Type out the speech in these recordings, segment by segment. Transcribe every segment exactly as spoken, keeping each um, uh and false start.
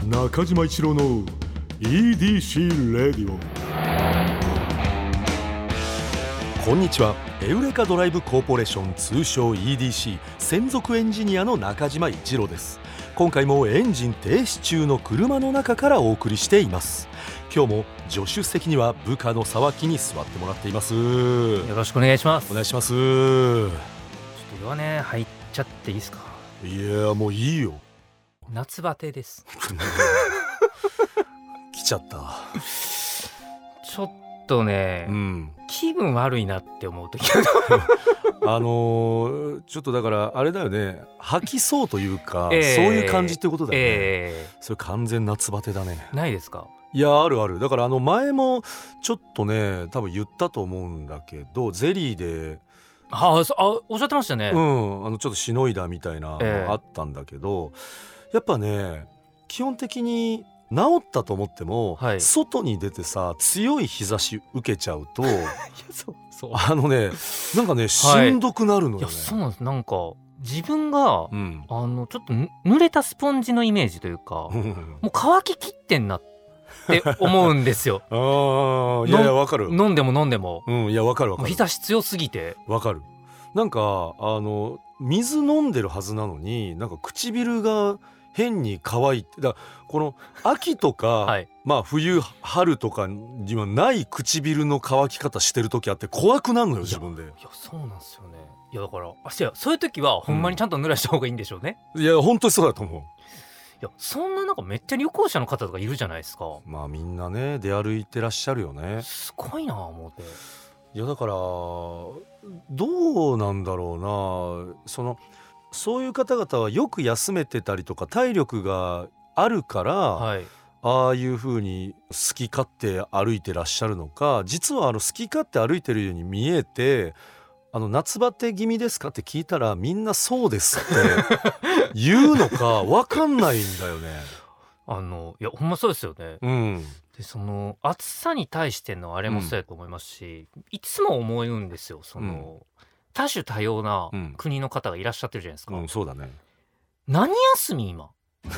中島一郎の イーディーシー レディオ。こんにちは。エウレカドライブコーポレーション、通称 イーディーシー 専属エンジニアの中島一郎です。今回もエンジン停止中の車の中からお送りしています。今日も助手席には部下の沢木に座ってもらっています。 よろしくお願いします。 お願いします。ちょっと弱音入っちゃっていいですか？ いやもういいよ。 夏バテです来ちゃった。 ちょっとね、うん、気分悪いなって思う時あのー、ちょっとだからあれだよね、吐きそうというか、えー、そういう感じってことだよね、えー、それ完全夏バテだね。 ないですか？ いやあるある。だからあの前もちょっとね多分言ったと思うんだけど、ゼリーではあ、あおっしゃってましたね。 うん、あのちょっとしのいだみたいなのあったんだけど、えー、やっぱね基本的に治ったと思っても、はい、外に出てさ強い日差し受けちゃうといやそうそうあのねなんかねしんどくなるのよね、はい、いやそうなんです。なんか自分が、うん、あのちょっと濡れたスポンジのイメージというかもう乾ききってんなって思うんですよあいやいやわかる。 飲んでも飲んでも、 うん、いやわかるわかる。 日差し強すぎてわかる。なんかあの水飲んでるはずなのになんか唇が変に乾いて、だからこの秋とか、はい、まあ冬春とかにはない唇の乾き方してる時あって怖くなるのよ自分で。いや、 いやそうなんですよね。いやだからあそういう時はほんまにちゃんと濡らした方がいいんでしょうね、 うん、いや本当にそうだと思う。いやそんななんかめっちゃ旅行者の方とかいるじゃないですか。 まあみんなね出歩いてらっしゃるよね。 すごいな思って。 いやだからどうなんだろうな、そのそういう方々はよく休めてたりとか体力があるから、はい、ああいう風に好き勝手歩いてらっしゃるのか、実はあの好き勝手歩いてるように見えてあの夏バテ気味ですかって聞いたらみんなそうですって言うのか分かんないんだよね。 あのいやほんまそうですよね、うん、でその暑さに対してのあれもそうやと思いますし、うん、いつも思うんですよ。その、うん多種多様な国の方がいらっしゃってるじゃないですか、 うんうん、そうだね。 何休み今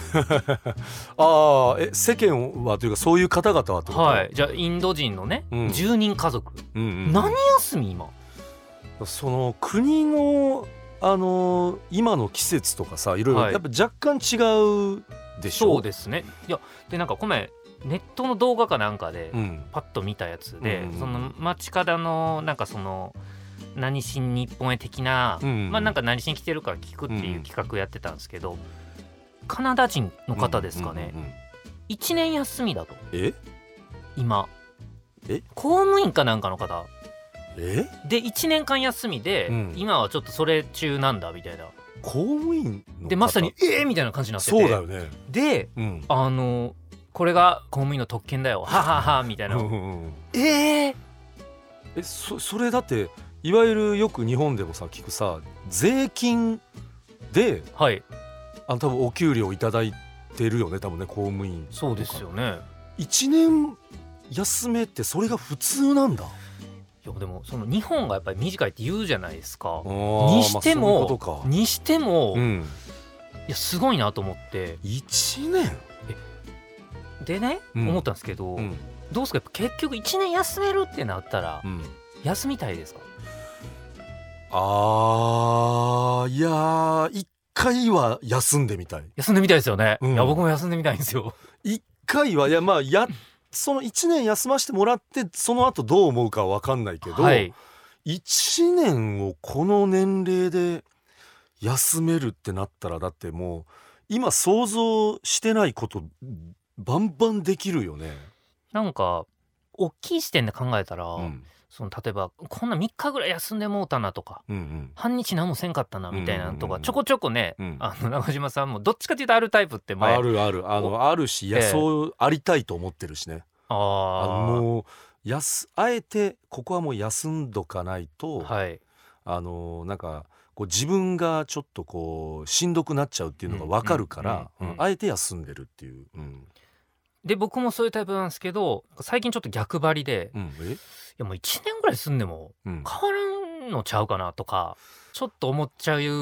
あえ世間はというかそういう方々はってこと？ はいじゃあインド人のね、うん、じゅうにん家族、うんうんうん、何休み今その国のあの今の季節とかさいろいろやっぱ若干違うでしょ、はい、 そうですね。いやでなんかごめんネットの動画かなんかでパッと見たやつで、うん、その街角のなんかその何しに日本へ的な、うんうん、まあなんか何しに来てるから聞くっていう企画やってたんですけど、うん、カナダ人の方ですかね、うんうんうん、いちねん休みだと。 え今え公務員かなんかの方えでいちねんかん休みで、うん、今はちょっとそれ中なんだみたいな。 公務員の方でまさにえーみたいな感じになってて、 そうだよね。 で、うん、あのこれが公務員の特権だよはははみたいなえー、 え そ, それだっていわゆるよく日本でもさ聞くさ税金で、はい、あの多分お給料いただいてるよね多分ね公務員。 そうですよね。 いちねん休めってそれが普通なんだ。 いやでもその日本がやっぱり短いって言うじゃないですか。にしても、まあ、そういうことか。にしても、うん、いやすごいなと思っていちねんえでね、うん、思ったんですけど、うん、どうですかやっぱ結局いちねん休めるってなったら、うん、休みたいですか？ あーいやー一回は休んでみたい。 休んでみたいですよね、うん、いや僕も休んでみたいんですよ。 一回はいやまあやそのいちねん休ませてもらってその後どう思うかは分かんないけど、はい、いちねんをこの年齢で休めるってなったらだってもう今想像してないことバンバンできるよね。 なんか大きい視点で考えたら、うんその例えばこんなみっかぐらい休んでもうたなとか、うんうん、半日何もせんかったなみたいなのとかちょこちょこね、うん、あの中島さんもどっちかというとあるタイプって前あるあるあのあるしいや、えー、そうありたいと思ってるしね。ああのもうやすあえてここはもう休んどかないと、はい、あのなんかこう自分がちょっとこうしんどくなっちゃうっていうのが分かるから、うんうんうんうん、あえて休んでるっていう、うん、 で僕もそういうタイプなんですけど最近ちょっと逆張りで、うん、えいやもういちねんぐらい住んでも変わらんのちゃうかなとか、うん、ちょっと思っちゃう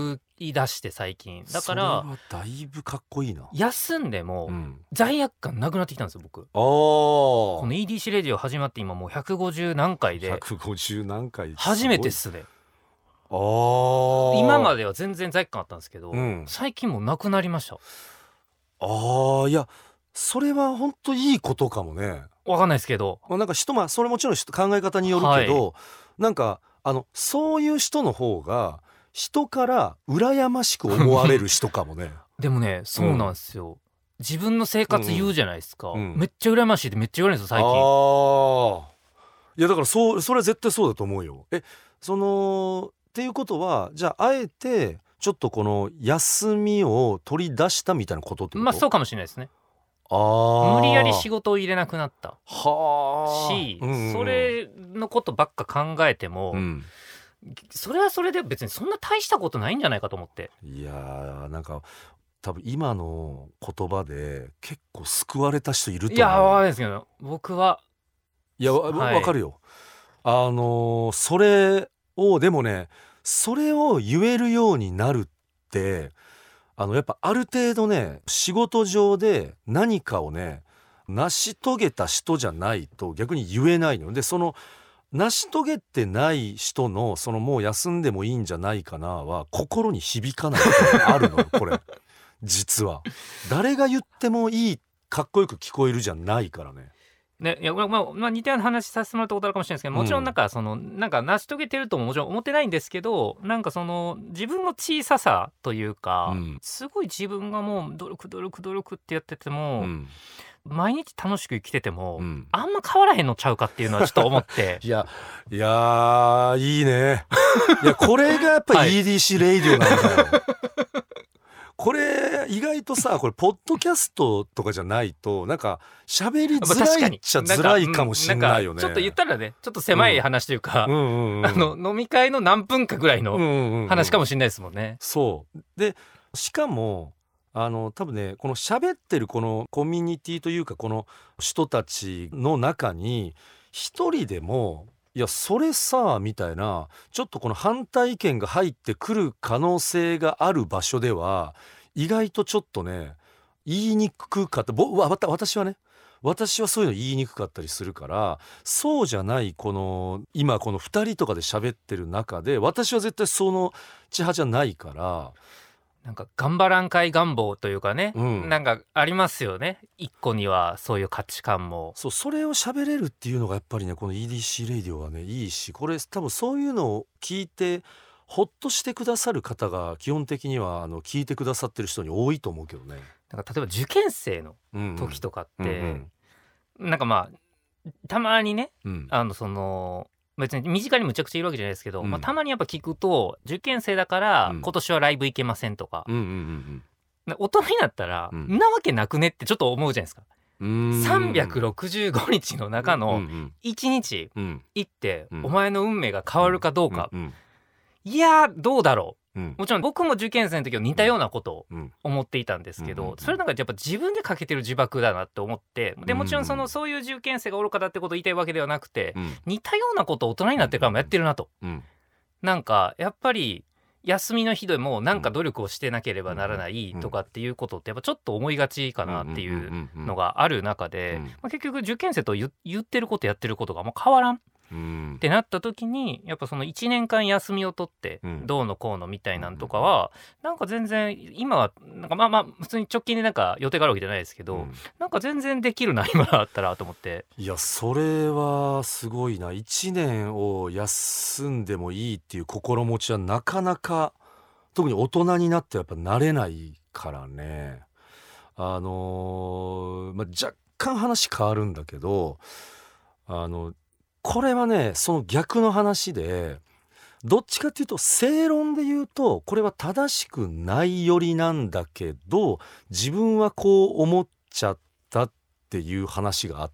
い出して最近だからそれはだいぶかっこいいな。 休んでも罪悪感なくなってきたんですよ僕、うん、 この イーディーシー レディオ始まって今もうひゃくごじゅう何回でひゃくごじゅう何回初めてっすね。 あ今までは全然罪悪感あったんですけど、うん、最近もなくなりました。 ああ、いやそれは本当いいことかもね。 わかんないですけど、 なんか人まあそれもちろん考え方によるけど、はい、なんかあのそういう人の方が人から羨ましく思われる人かもね。 でもねそうなんですよ、うん、自分の生活言うじゃないですか、うんうん、めっちゃ羨ましいってめっちゃ言われるんですよ最近。 ああ、いやだからそうそれは絶対そうだと思うよ。えそのっていうことはじゃああえてちょっとこの休みを取り出したみたいなことってこと？ まあそうかもしれないですね。 あ無理やり仕事を入れなくなったはし、うんうん、それのことばっか考えても、うん、それはそれで別にそんな大したことないんじゃないかと思って。 いやーなんか多分今の言葉で結構救われた人いると思う。 いやわかんないですけど僕はいや わ,、はい、かるよ。あのー、それをでもねそれを言えるようになるってあのやっぱある程度ね仕事上で何かをね成し遂げた人じゃないと逆に言えないので、その成し遂げてない人のそのもう休んでもいいんじゃないかなは心に響かないことがあるのこれ実は誰が言ってもいいかっこよく聞こえるじゃないからね。 ね、いやまあまあ、似たような話させてもらったことあるかもしれないですけど、もちろんなんかその、うん、なんか成し遂げてるとももちろん思ってないんですけど、なんかその自分の小ささというか、うん、すごい自分がもう努力努力努力ってやってても、うん、毎日楽しく生きてても、うん、あんま変わらへんのちゃうかっていうのはちょっと思っていやいやいいねいやこれがやっぱり イーディーシー レイディオなんだよ、はいこれ意外とさこれポッドキャストとかじゃないとなんか喋りづらいっちゃづらいかもしれないよね。 ちょっと言ったらねちょっと狭い話というか、うんうんうんうん、あの飲み会の何分かぐらいの話かもしれないですもんね、うんうんうん、 そうでしかもあの多分ねこの喋ってるこのコミュニティというかこの人たちの中に一人でもいやそれさみたいなちょっとこの反対意見が入ってくる可能性がある場所では意外とちょっとね言いにくかったぼわ私はね私はそういうの言いにくかったりするから、そうじゃないこの今このふたりとかで喋ってる中で私は絶対その地派じゃないから、 なんか頑張らんかい願望というかね、うん、なんかありますよね一個にはそういう価値観も。 そうそれを喋れるっていうのがやっぱりねこの イーディーシー レディオはねいいし、これ多分そういうのを聞いてほっとしてくださる方が基本的にはあの聞いてくださってる人に多いと思うけどね。 だから例えば受験生の時とかって、うんうん、なんかまあたまにね、うん、あのその別に身近にむちゃくちゃいるわけじゃないですけど、うんまあ、たまにやっぱ聞くと受験生だから今年はライブ行けませんとか、うんうんうんうん、大人になったら、うん、なわけなくねってちょっと思うじゃないですか。さんびゃくろくじゅうごにちの中のいちにち行って、うん、お前の運命が変わるかどうか、うんうんうんいやどうだろう、うん、もちろん僕も受験生の時は似たようなことを思っていたんですけど、うんうん、それなんかやっぱ自分でかけてる呪縛だなって思って、でもちろんそのそういう受験生が愚かだってことを言いたいわけではなくて、うん、似たようなことを大人になってからもやってるなと、うん、なんかやっぱり休みの日でもなんか努力をしてなければならないとかっていうことってやっぱちょっと思いがちかなっていうのがある中で、まあ、結局受験生と言ってることやってることがもう変わらんってなった時にやっぱそのいちねんかん休みを取ってどうのこうのみたいなんとかはなんか全然今はなんかまあまあ普通に直近でなんか予定があるわけじゃないですけど、なんか全然できるな今だったらと思って。 いやそれはすごいな。いちねんを休んでもいいっていう心持ちはなかなか特に大人になってやっぱ慣れないからね。あのーまあ、若干話変わるんだけどあのこれはねその逆の話でどっちかっていうと正論で言うとこれは正しくないよりなんだけど自分はこう思っちゃったっていう話があって、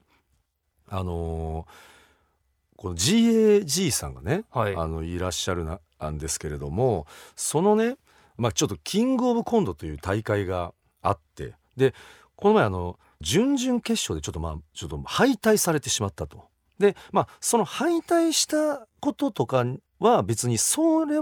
あのー、この ジーエージー さんがね、はい、あのいらっしゃるなんですけれども、そのね、まあ、ちょっとキングオブコントという大会があって、でこの前あの準々決勝でちょっとまあちょっと敗退されてしまったと。でまあその敗退したこととかは別にそれは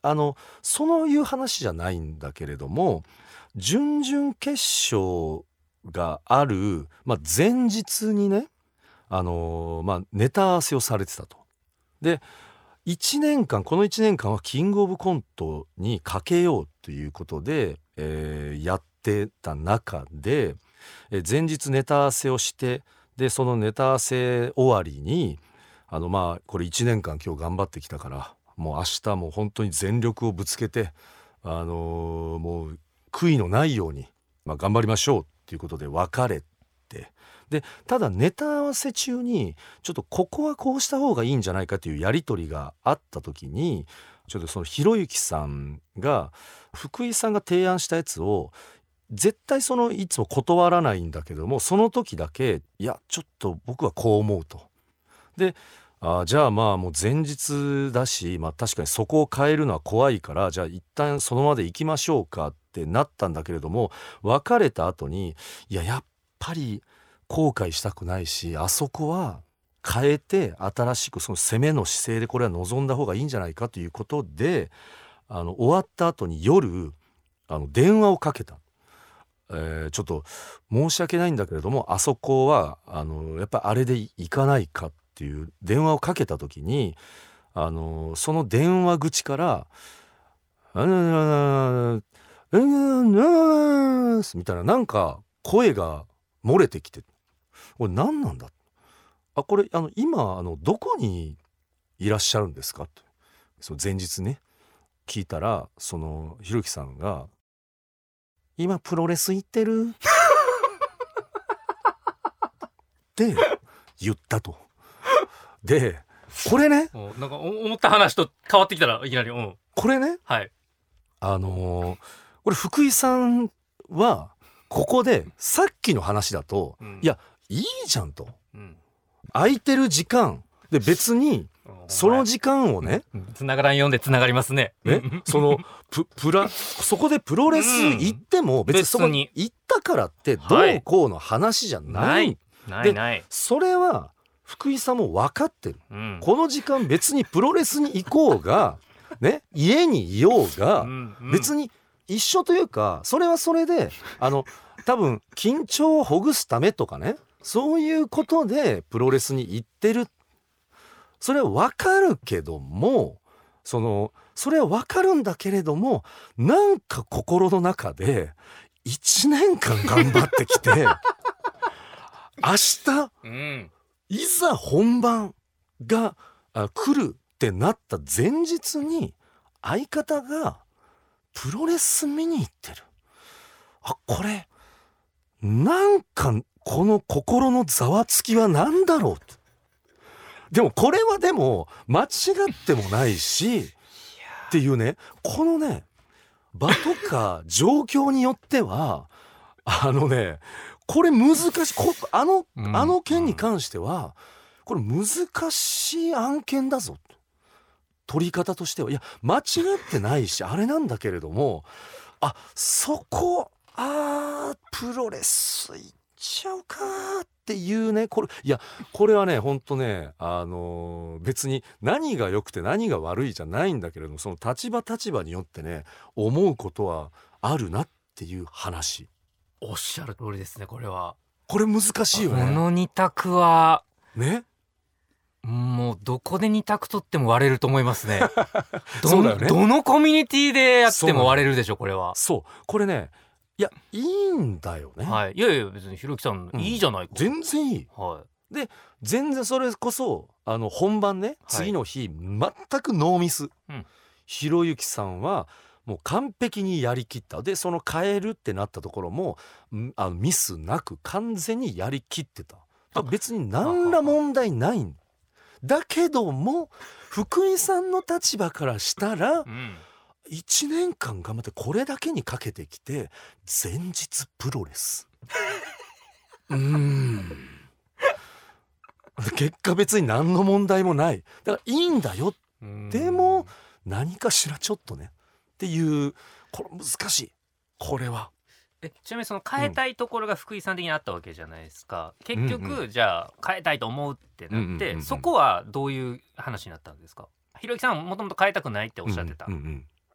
あのそういう話じゃないんだけれども、準々決勝がある、まあ、前日にね、あのーまあ、ネタ合わせをされてたと。でいちねんかんこのいちねんかんはキングオブコントにかけようということで、えーやってた中で、えー前日ネタ合わせをして、でそのネタ合わせ終わりにあのまあこれいちねんかん今日頑張ってきたからもう明日もう本当に全力をぶつけて、あのーもう悔いのないように、まあ、頑張りましょうっていうことで別れて、でただネタ合わせ中にちょっとここはこうした方がいいんじゃないかというやり取りがあった時に、ちょっとそのひろゆきさんが福井さんが提案したやつを絶対そのいつも断らないんだけども、その時だけいやちょっと僕はこう思うと。であじゃあまあもう前日だし、まあ、確かにそこを変えるのは怖いからじゃあ一旦そのままで行きましょうかってなったんだけれども、別れた後にいややっぱり後悔したくないし、あそこは変えて新しくその攻めの姿勢でこれは臨んだ方がいいんじゃないかということで、あの終わった後に夜あの電話をかけた。えー、ちょっと申し訳ないんだけれどもあそこはあのやっぱりあれでいかないかっていう電話をかけた時に、あのその電話口から「あんみたいななんか声が漏れてきて、これ何なんだ、あこれあの今あのどこにいらっしゃるんですかってその前日ね聞いたら、そのひろゆきさんが今プロレス行ってるって言ったと。でこれねなんか思った話と変わってきたらいきなり、うん、 これね、 はい、 あのー、これ福井さんはここでさっきの話だと、うん、いやいいじゃんと、うん、空いてる時間で別にその時間をね、 つながらん読んでつながりますね。 ねそのププラそこでプロレス行っても別にそこに行ったからってどうこうの話じゃない。 ないないない。 それは福井さんも分かってる、うん、この時間別にプロレスに行こうがね家にいようが別に一緒というか、それはそれであの多分緊張をほぐすためとかね、そういうことでプロレスに行ってる、それは分かるけども、そのそれは分かるんだけれども、なんか心の中でいちねんかん頑張ってきて明日、うん、いざ本番が来るってなった前日に相方がプロレス見に行ってる。あこれなんかこの心のざわつきは何だろうって。でもこれはでも間違ってもないしっていうね、このね場とか状況によってはあのねこれ難しい、こあのあの件に関してはこれ難しい案件だぞ、取り方としては。いや間違ってないしあれなんだけれども、あそこあプロレス行っちゃうかっていうね、これいやこれはねほんとね、あのー、別に何が良くて何が悪いじゃないんだけれども、その立場立場によってね思うことはあるなっていう話。 おっしゃる通りですね。これはこれ難しいよね。 この二択はねもうどこで二択取っても割れると思いますね。どそうだよね。 どのコミュニティでやっても割れるでしょこれは。 そうこれねいやいいんだよね、 はい、いやいや別にひろきさん、うん、いいじゃないか、 全然いい、はい、で全然それこそあの本番ね、はい、次の日全くノーミス、うん、ひろゆきさんはもう完璧にやりきった。でその変えるってなったところもあのミスなく完全にやりきってた。別に何ら問題ないんだけども、福井さんの立場からしたら、うんいちねんかん頑張ってこれだけにかけてきて前日プロレスうーん結果別に何の問題もない、だからいいんだよ。でも何かしらちょっとねっていう、これ難しい。これはえちなみにその変えたいところが福井さん的にあったわけじゃないですか、うん、結局、うんうん、じゃあ変えたいと思うってなって、うんうんうんうん、そこはどういう話になったんですか。ひろゆきさんもともと変えたくないっておっしゃってた、うんうんうん、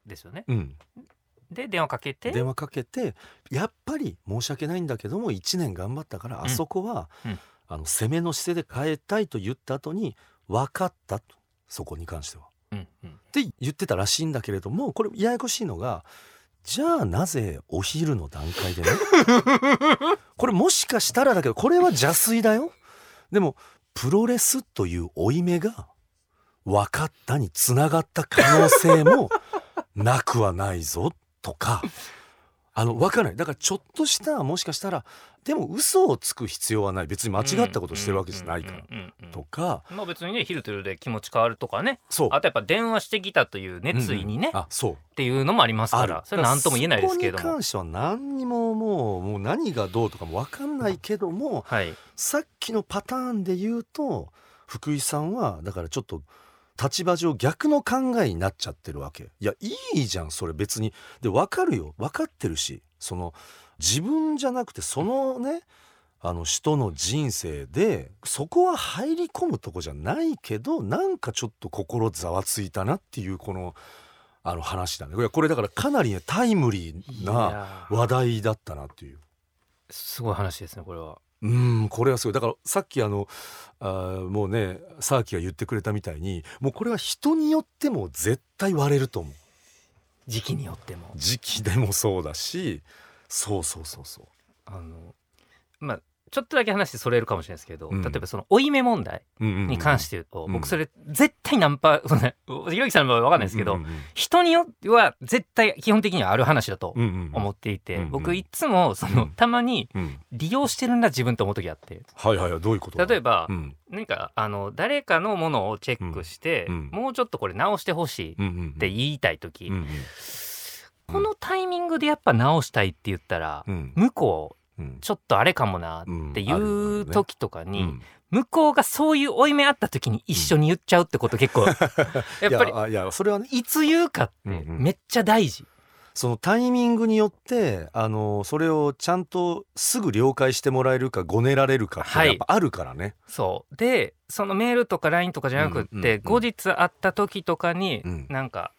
ですよね、 うん、 で電話かけて電話かけてやっぱり申し訳ないんだけどもいちねん頑張ったから、うん、あそこは、うん、あの攻めの姿勢で変えたいと言った後に分かったと、そこに関しては、うんうん、って言ってたらしいんだけれども、これややこしいのが、じゃあなぜお昼の段階でねこれもしかしたらだけどこれは邪推だよ。でもプロレスという負い目が分かったにつながった可能性もなくはないぞとかあの分からない。だからちょっとしたもしかしたらでも嘘をつく必要はない、別に間違ったことしてるわけじゃないからとか、 まあ別にね昼と夜で気持ち変わるとかね、そうあとやっぱ電話してきたという熱意にね、うんうん、あそうっていうのもありますから、それは何とも言えないですけども、 そこに関しては何にももう、もう何がどうとかも分かんないけども、はい、さっきのパターンで言うと福井さんはだからちょっと立場上逆の考えになっちゃってるわけ。いやいいじゃんそれ別に。で分かるよ、分かってるし、その自分じゃなくてそのねあの人の人生でそこは入り込むとこじゃないけど、なんかちょっと心ざわついたなっていうこのあの話だね。いやこれだからかなりねタイムリーな話題だったなっていう、 すごい話ですねこれは。 うんこれはすごい。だからさっきあのあもうねサーキが言ってくれたみたいに、もうこれは人によっても絶対割れると思う。 時期によっても時期でもそうだし、そうそうそうそう、 あのまあちょっとだけ話それるかもしれないですけど、うん、例えばその負い目問題に関して言うと、うんうんうん、僕それ絶対ナンパひろゆきさんの場合は分かんないですけど、うんうんうん、人によっては絶対基本的にはある話だと思っていて、うんうんうん、僕いつもその、うん、たまに利用してるんだ自分と思う時あって、 はいはいはい、どういうこと？ 例えば、うん、何かあの誰かのものをチェックして、うん、もうちょっとこれ直してほしいって言いたい時、うんうんうん、このタイミングでやっぱ直したいって言ったら、うん、向こうちょっとあれかもなっていう時とかに、向こうがそういう負い目あった時に一緒に言っちゃうってこと結構やっぱり、いやそれはね、いつ言うかってめっちゃ大事、うんうん、 そのタイミングによってあのそれをちゃんとすぐ了解してもらえるかごねられるかってやっぱあるからね、はい、 そうでそのメールとか ライン とかじゃなくって、うんうんうん、後日会った時とかに、うん、なんか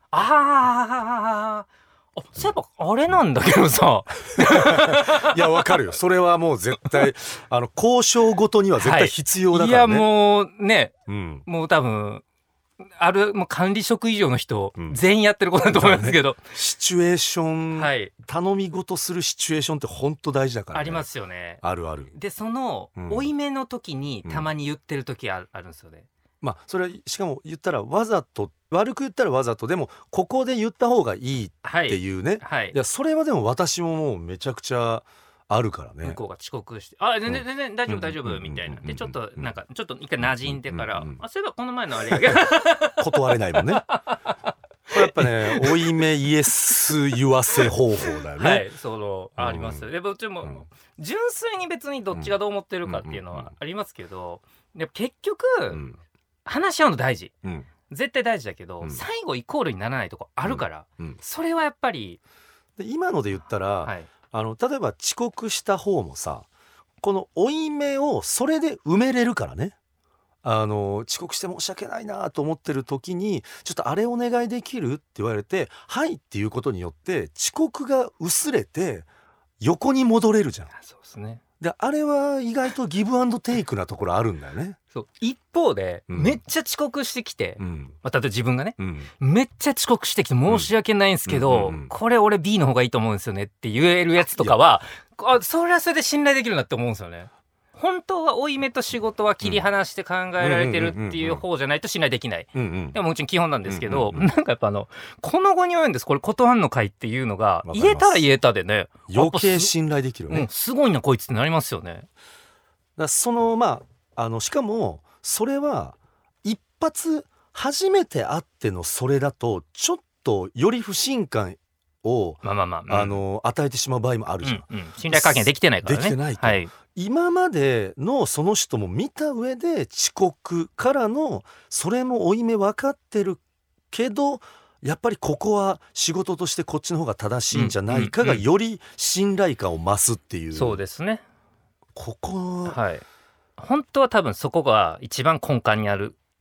あーあ、そういえばあれなんだけどさいやわかるよ、それはもう絶対あの交渉ごとには絶対必要だからね、 はい、いやもうね、うん、もう多分あるもう管理職以上の人、うん、全員やってることだと思いますけど、ね、 シチュエーション、はい、頼み事するシチュエーションって本当大事だから、ね、 ありますよね。 あるある。 でその、うん、負い目の時にたまに言ってる時ある、うん、あるんですよね。 まあそれはしかも言ったらわざと、悪く言ったらわざと、でもここで言った方がいいっていうね、はいはい、いやそれはでも私ももうめちゃくちゃあるからね。 向こうが遅刻してあ全然全然大丈夫大丈夫みたいなでちょっとなんかちょっと一回馴染んでから、あそういえばこの前のあれ断れないもんねこれやっぱね負い目イエス言わせ方法だよね。 はいそのあります、うん、で僕も、うん、純粋に別にどっちがどう思ってるかっていうのはありますけど、でも結局、うん、話し合うの大事、うん、絶対大事だけど、うん、最後イコールにならないとこあるから、うんうん、それはやっぱりで今ので言ったら、はい、あの例えば遅刻した方もさ、この負い目をそれで埋めれるからね。あの遅刻して申し訳ないなと思ってる時にちょっとあれお願いできるって言われてはいっていうことによって遅刻が薄れて横に戻れるじゃん。 そうですね。 であれは意外とギブアンドテイクなところあるんだよね。 そう一方で、うん、めっちゃ遅刻してきて、うんまあ、例えば自分がね、うん、めっちゃ遅刻してきて申し訳ないんですけど、うんうんうんうん、これ俺 B の方がいいと思うんですよねって言えるやつとかはあそれはそれで信頼できるなって思うんですよね。本当は負い目と仕事は切り離して考えられてるっていう方じゃないと信頼できない、うんうん、でももちろん基本なんですけど、うんうんうん、なんかやっぱあのこの後に及んですこれ断んのかいっていうのが言えたら言えたでね余計信頼できるね、 うん、すごいなこいつってなりますよね。 だそのまああのしかもそれは一発初めて会ってのそれだとちょっとより不信感を、まあまあまあうん、あの与えてしまう場合もあるじゃん、 うんうん、信頼関係できてないからね。 できてないと、はい、今までのその人も見た上で遅刻からのそれも負い目分かってるけどやっぱりここは仕事としてこっちの方が正しいんじゃないかがより信頼感を増すっていう、うんうんうん、 そうですね。 ここはい本当は多分そこが一番根幹にある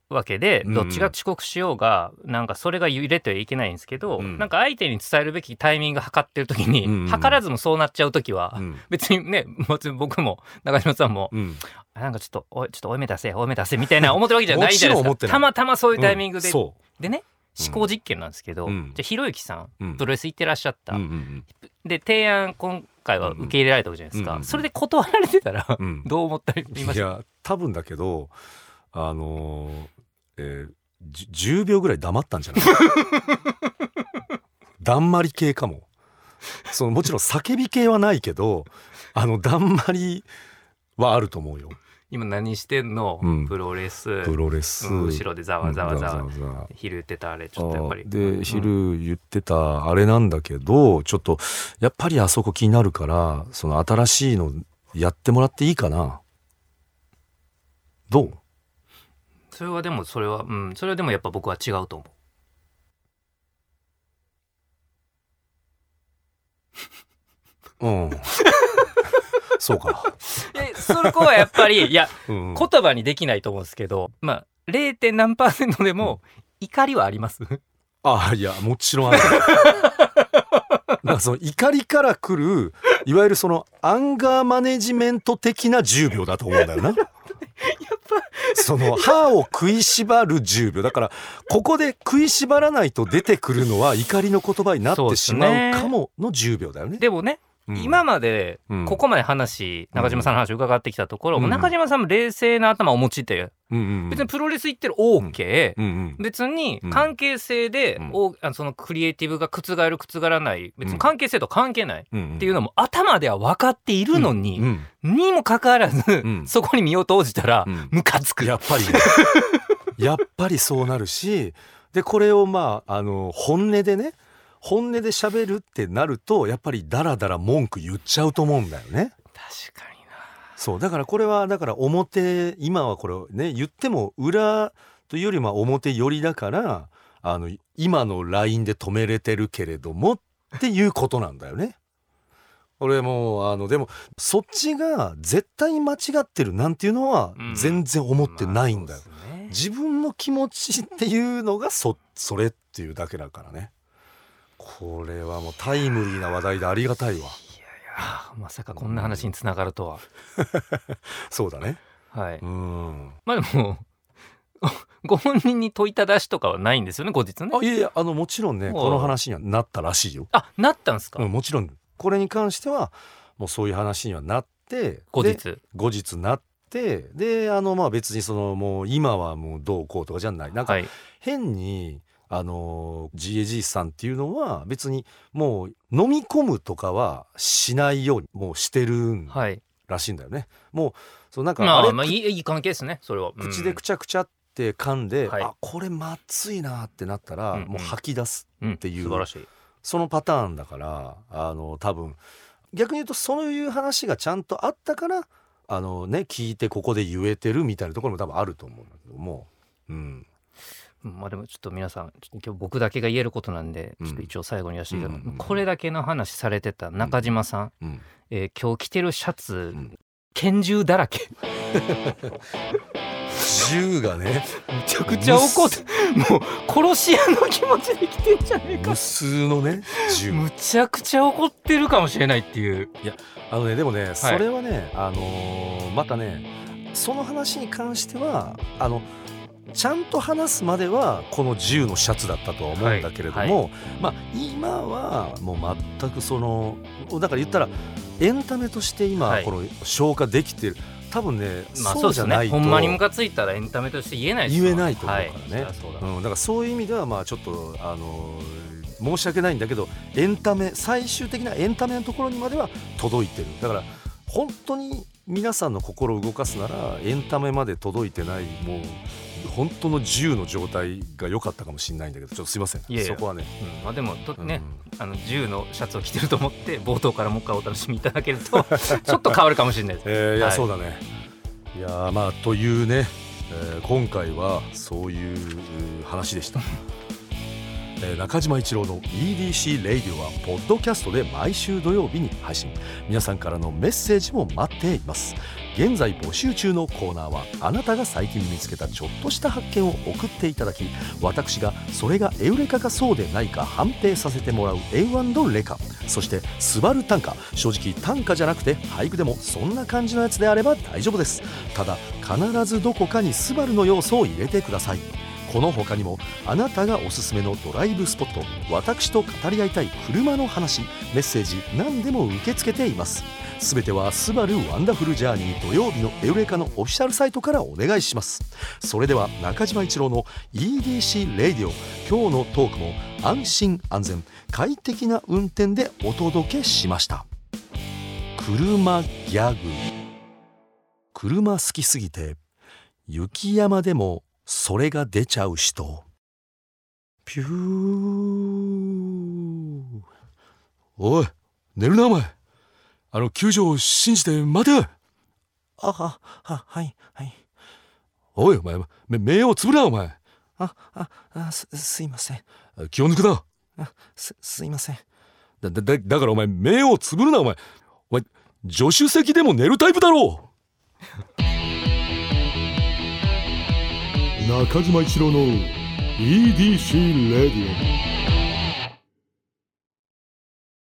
わけで、どっちが遅刻しようがなんかそれが揺れてはいけないんですけど、うん、なんか相手に伝えるべきタイミング測ってる時に、うん、測らずもそうなっちゃう時は、うん、別にね僕も中島さんも、うん、なんかちょっとおいちょっと多め出せ多め出せみたいな思ってるわけじゃないじゃないですかたまたまそういうタイミングで、うん、でね思考実験なんですけど、うん、じゃあひろゆきさん、うん、プロレス行ってらっしゃった、うんうんうん、で提案今回は受け入れられたわけじゃないですか、うんうん、それで断られてたら、うん、どう思ったりいました？ いや多分だけどあのーえー、じゅうびょうぐらい黙ったんじゃないだんまり系かも。そのもちろん叫び系はないけどあのだんまりはあると思うよ。 今何してんの、うん、プロレスプロレス、 うん、後ろでざわざわざわ、うん、昼言ってたあれちょっとやっぱりで、うん、昼言ってたあれなんだけどちょっとやっぱりあそこ気になるからその新しいのやってもらっていいかな。どう？ それはでもそれはうんそれはでもやっぱ僕は違うと思ううんそうかえそれこはやっぱりいや、うんうん、言葉にできないと思うんですけどまあ ゼロ. 何パーセントでも怒りはあります？ ああいやもちろんあるなんかその怒りから来るいわゆるそのアンガーマネジメント的なじゅうびょうだと思うんだよなその歯を食いしばるじゅうびょうだからここで食いしばらないと出てくるのは怒りの言葉になってしまうかものじゅうびょうだよね。 でもねうん、今までここまで話、うん、中島さんの話を伺ってきたところ、うん、中島さんも冷静な頭をお持ちで、うんうん、別にプロレス行ってる OK、うんうん、別に関係性で、うん、あそのクリエイティブが覆る覆らない別に関係性と関係ないっていうのも頭では分かっているのに、うんうん、にもかかわらず、うん、そこに身を投じたらムカつく、 やっぱりやっぱりそうなるしでこれをまあ、あの本音でね本音で喋るってなるとやっぱりダラダラ文句言っちゃうと思うんだよね。 確かにな。 そうだからこれはだから表今はこれをね言っても裏というよりも表寄りだからあの今のラインで止めれてるけれどもっていうことなんだよね。俺もあのでもそっちが絶対間違ってるなんていうのは全然思ってないんだよ、うんまあそうですね、自分の気持ちっていうのが そ, それっていうだけだからね。これはもうタイムリーな話題でありがたいわ。いやいやまさかこんな話につながるとはそうだね。 はい。うんまあでもご本人に問いただしとかはないんですよね後日ね。 あいやいやあのもちろんねこの話にはなったらしいよ。 あなったんすか、 うん、もちろんこれに関してはもうそういう話にはなって後日後日なってであのまあ別にそのもう今はもうどうこうとかじゃないなんか変にあの ジーエージー さんっていうのは別にもう飲み込むとかはしないようにもうしてるらしいんだよね、はい、もうそうなんかあれ、 まあ、まあいい、いい関係ですねそれは、 うん、口でくちゃくちゃって噛んで、はい、あこれまずいなってなったら、うんうん、もう吐き出すっていう、うん、素晴らしいそのパターンだからあの多分逆に言うとそういう話がちゃんとあったからあのね聞いてここで言えてるみたいなところも多分あると思うんだけどもうんまあでもちょっと皆さん今日僕だけが言えることなんでちょっと一応最後に言わせていただく、うん、これだけの話されてた中島さん、うんえー、今日着てるシャツ、うん、拳銃だらけ銃がねめちゃくちゃ怒ってもう殺し屋の気持ちで着てんじゃねえか無数のね銃むちゃくちゃ怒ってるかもしれないっていういやあのねでもね、はい、それはねあのー、またねその話に関してはあのちゃんと話すまではこの銃のシャツだったとは思うんだけれども、はいはい、まあ今はもう全くそのだから言ったらエンタメとして今この消化できてる、はい、多分ね、まあ、そうじゃないと、 ね、ほんまにムカついたらエンタメとして言えないです言えないと思うからね、はいそうだうん、だからそういう意味ではまあちょっとあの申し訳ないんだけどエンタメ最終的なエンタメのところにまでは届いてる。だから本当に皆さんの心を動かすならエンタメまで届いてないもう本当の銃の状態が良かったかもしれないんだけどちょっとすいませんいやいやそこはね、 うんまあ、でもと、ねうん、あの銃のシャツを着てると思って冒頭からもう一回お楽しみいただけるとちょっと変わるかもしれないです、 えー、いや、はい、そうだねいやまあというね、えー、今回はそういう話でしたえー、中島一郎の イーディーシー レイディオはポッドキャストで毎週土曜日に配信。皆さんからのメッセージも待っています。現在募集中のコーナーは、あなたが最近見つけたちょっとした発見を送っていただき、私がそれがエウレカかそうでないか判定させてもらうエウ&レカ。そしてスバル短歌、正直短歌じゃなくて俳句でもそんな感じのやつであれば大丈夫です。ただ必ずどこかにスバルの要素を入れてください。この他にもあなたがおすすめのドライブスポット、私と語り合いたい車の話、メッセージ何でも受け付けています。すべてはスバルワンダフルジャーニー土曜日のエウレカのオフィシャルサイトからお願いします。それでは中島一郎の イーディーシー レディオ、今日のトークも安心安全快適な運転でお届けしました。車ギャグ。車好きすぎて雪山でもそれが出ちゃう人。ピュー。おい寝るなお前。あの救助を信じて待て。 あはははいはい。 おいお前目目をつぶらお前。 あああ す, すいません。 気を抜くな。 あ す, すいません。 だだだからお前目をつぶるなお前。お前助手席でも寝るタイプだろう。中島一郎の イーディーシー レディオ。